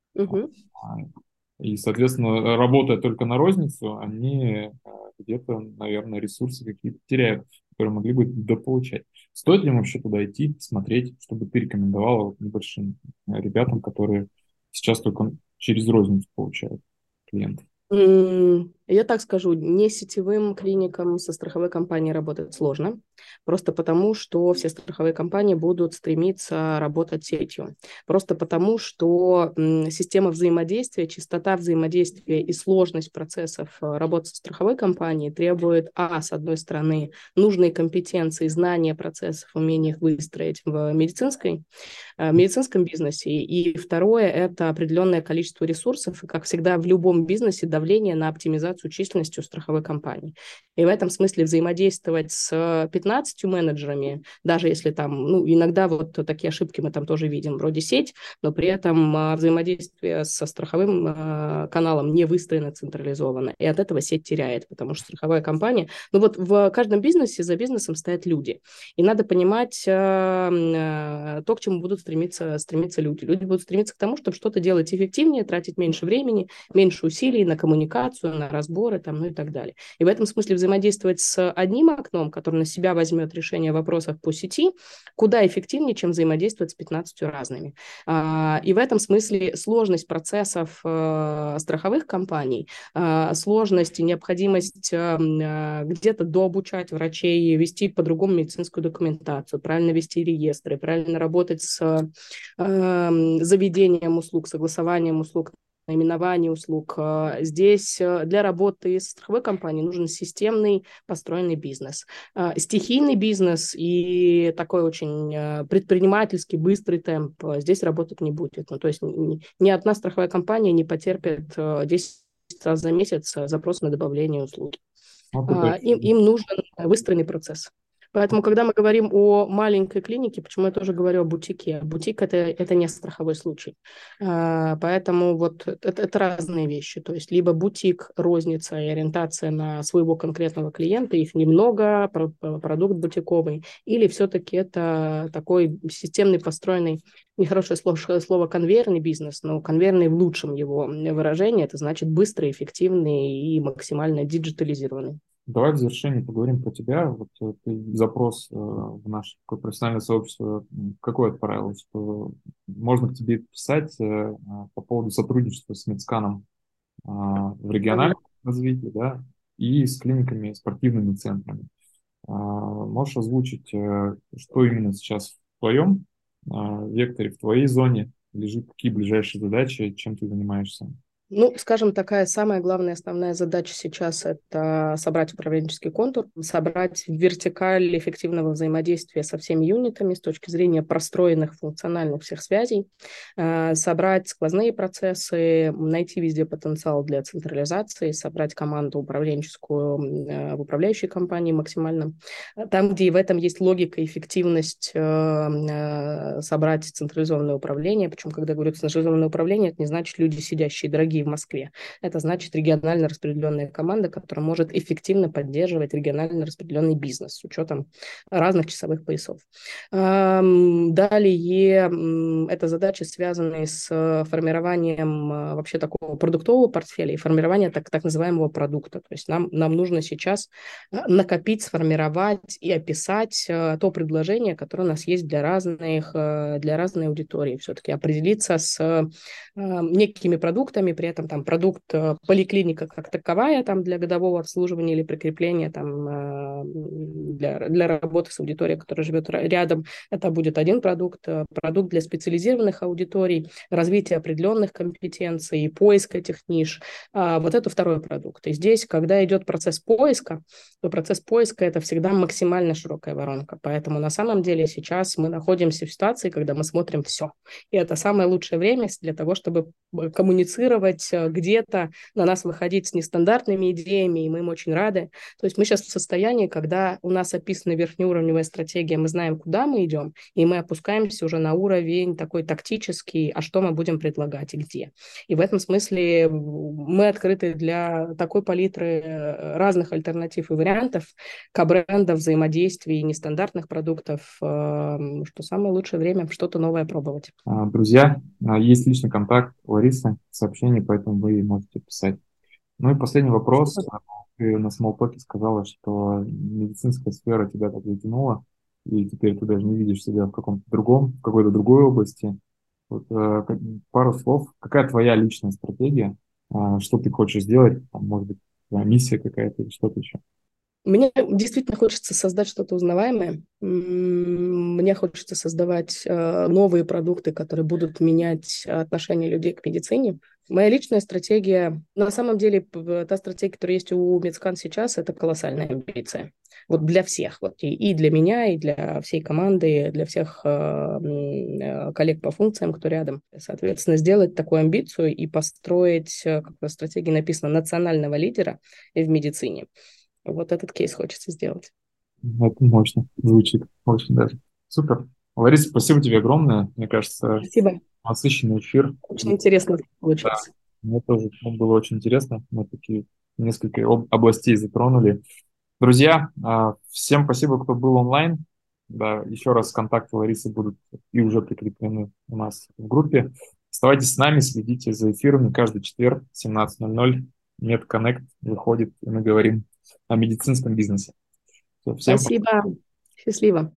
И, соответственно, работая только на розницу, они где-то, наверное, ресурсы какие-то теряют, которые могли бы дополучать. Стоит ли им вообще туда идти, смотреть, чтобы ты рекомендовала вот небольшим ребятам, которые сейчас только через розницу получают клиентов? Я так скажу, не сетевым клиникам со страховой компанией работать сложно, просто потому, что все страховые компании будут стремиться работать сетью. Просто потому, что система взаимодействия, частота взаимодействия и сложность процессов работы со страховой компанией требует, с одной стороны, нужные компетенции, знания процессов, умение их выстроить в медицинском бизнесе, и второе – это определенное количество ресурсов, и, как всегда, в любом бизнесе давление на оптимизацию численностью страховой компании. И в этом смысле взаимодействовать с 15 менеджерами, даже если там, иногда вот такие ошибки мы там тоже видим, вроде сеть, но при этом взаимодействие со страховым каналом не выстроено централизованно, и от этого сеть теряет, потому что страховая компания, в каждом бизнесе за бизнесом стоят люди, и надо понимать то, к чему будут стремиться люди. Люди будут стремиться к тому, чтобы что-то делать эффективнее, тратить меньше времени, меньше усилий на коммуникацию, на разборы и так далее. И в этом смысле взаимодействовать с одним окном, который на себя возьмет решение вопросов по сети, куда эффективнее, чем взаимодействовать с 15 разными. И в этом смысле сложность процессов страховых компаний, сложность и необходимость где-то дообучать врачей, вести по-другому медицинскую документацию, правильно вести реестры, правильно работать с заведением услуг, согласованием услуг наименование услуг. Здесь для работы с страховой компанией нужен системный построенный бизнес. Стихийный бизнес и такой очень предпринимательский быстрый темп здесь работать не будет. Ну, то есть ни одна страховая компания не потерпит 10 раз за месяц запрос на добавление услуги. Вот это Им нужен выстроенный процесс. Поэтому, когда мы говорим о маленькой клинике, почему я тоже говорю о бутике? Бутик это не страховой случай. Поэтому вот это разные вещи. То есть либо бутик, розница и ориентация на своего конкретного клиента, их немного, продукт бутиковый, или все-таки это такой системный, построенный, нехорошее слово конвейерный бизнес, но конвейерный в лучшем его выражении, это значит быстрый, эффективный и максимально диджитализированный. Давай в завершении поговорим про тебя. Вот ты запрос в наше такое профессиональное сообщество какой отправил, что можно к тебе писать по поводу сотрудничества с Медсканом в региональном развитии, да, и с клиниками, спортивными центрами. Можешь озвучить, что именно сейчас в твоем векторе, в твоей зоне лежит, какие ближайшие задачи, чем ты занимаешься? Ну, скажем, такая самая главная, основная задача сейчас – это собрать управленческий контур, собрать вертикаль эффективного взаимодействия со всеми юнитами с точки зрения простроенных функциональных всех связей, собрать сквозные процессы, найти везде потенциал для централизации, собрать команду управленческую в управляющей компании максимально. Там, где и в этом есть логика, эффективность, собрать централизованное управление. Причем, когда говорю централизованное управление, это не значит люди, сидящие дорогие в Москве. Это значит регионально распределенная команда, которая может эффективно поддерживать регионально распределенный бизнес с учетом разных часовых поясов. Далее, это задачи, связанные с формированием вообще такого продуктового портфеля и формированием так называемого продукта. То есть нам нужно сейчас накопить, сформировать и описать то предложение, которое у нас есть для разной аудитории. Все-таки определиться с некими продуктами, при этом там продукт поликлиника как таковая там для годового обслуживания или прикрепления там для работы с аудиторией, которая живет рядом, это будет один продукт. Продукт для специализированных аудиторий, развитие определенных компетенций, поиск этих ниш. Вот это второй продукт. И здесь, когда идет процесс поиска, то процесс поиска это всегда максимально широкая воронка. Поэтому на самом деле сейчас мы находимся в ситуации, когда мы смотрим все. И это самое лучшее время для того, чтобы коммуницировать где-то, на нас выходить с нестандартными идеями, и мы им очень рады. То есть мы сейчас в состоянии, когда у нас описана верхнеуровневая стратегия, мы знаем, куда мы идем, и мы опускаемся уже на уровень такой тактический, а что мы будем предлагать и где. И в этом смысле мы открыты для такой палитры разных альтернатив и вариантов, к-брендов, взаимодействий, нестандартных продуктов, что самое лучшее время что-то новое пробовать. Друзья, есть личный контакт Ларисы, сообщение, поэтому вы можете писать. Ну и последний вопрос. Ты на смолтоке сказала, что медицинская сфера тебя так затянула, и теперь ты даже не видишь себя в в какой-то другой области. Вот, пару слов. Какая твоя личная стратегия? Что ты хочешь сделать? Там, может быть, твоя миссия какая-то или что-то еще? Мне действительно хочется создать что-то узнаваемое. Мне хочется создавать новые продукты, которые будут менять отношение людей к медицине. Моя личная стратегия, на самом деле, та стратегия, которая есть у Медскан сейчас, это колоссальная амбиция. Вот для всех, вот и для меня, и для всей команды, и для всех коллег по функциям, кто рядом. Соответственно, сделать такую амбицию и построить, как в стратегии написано, национального лидера в медицине. Вот этот кейс хочется сделать. Это мощно звучит, очень даже. Супер. Лариса, спасибо тебе огромное. Мне кажется, Спасибо. насыщенный эфир. Очень интересно Да, получилось. мне тоже было очень интересно. Мы такие несколько областей затронули. Друзья, всем спасибо, кто был онлайн. Да, еще раз контакты Ларисы будут и уже прикреплены у нас в группе. Оставайтесь с нами, следите за эфирами. Каждый четверг в 17:00 MedConnect выходит, и мы говорим о медицинском бизнесе. Всем пока. Спасибо. Счастливо.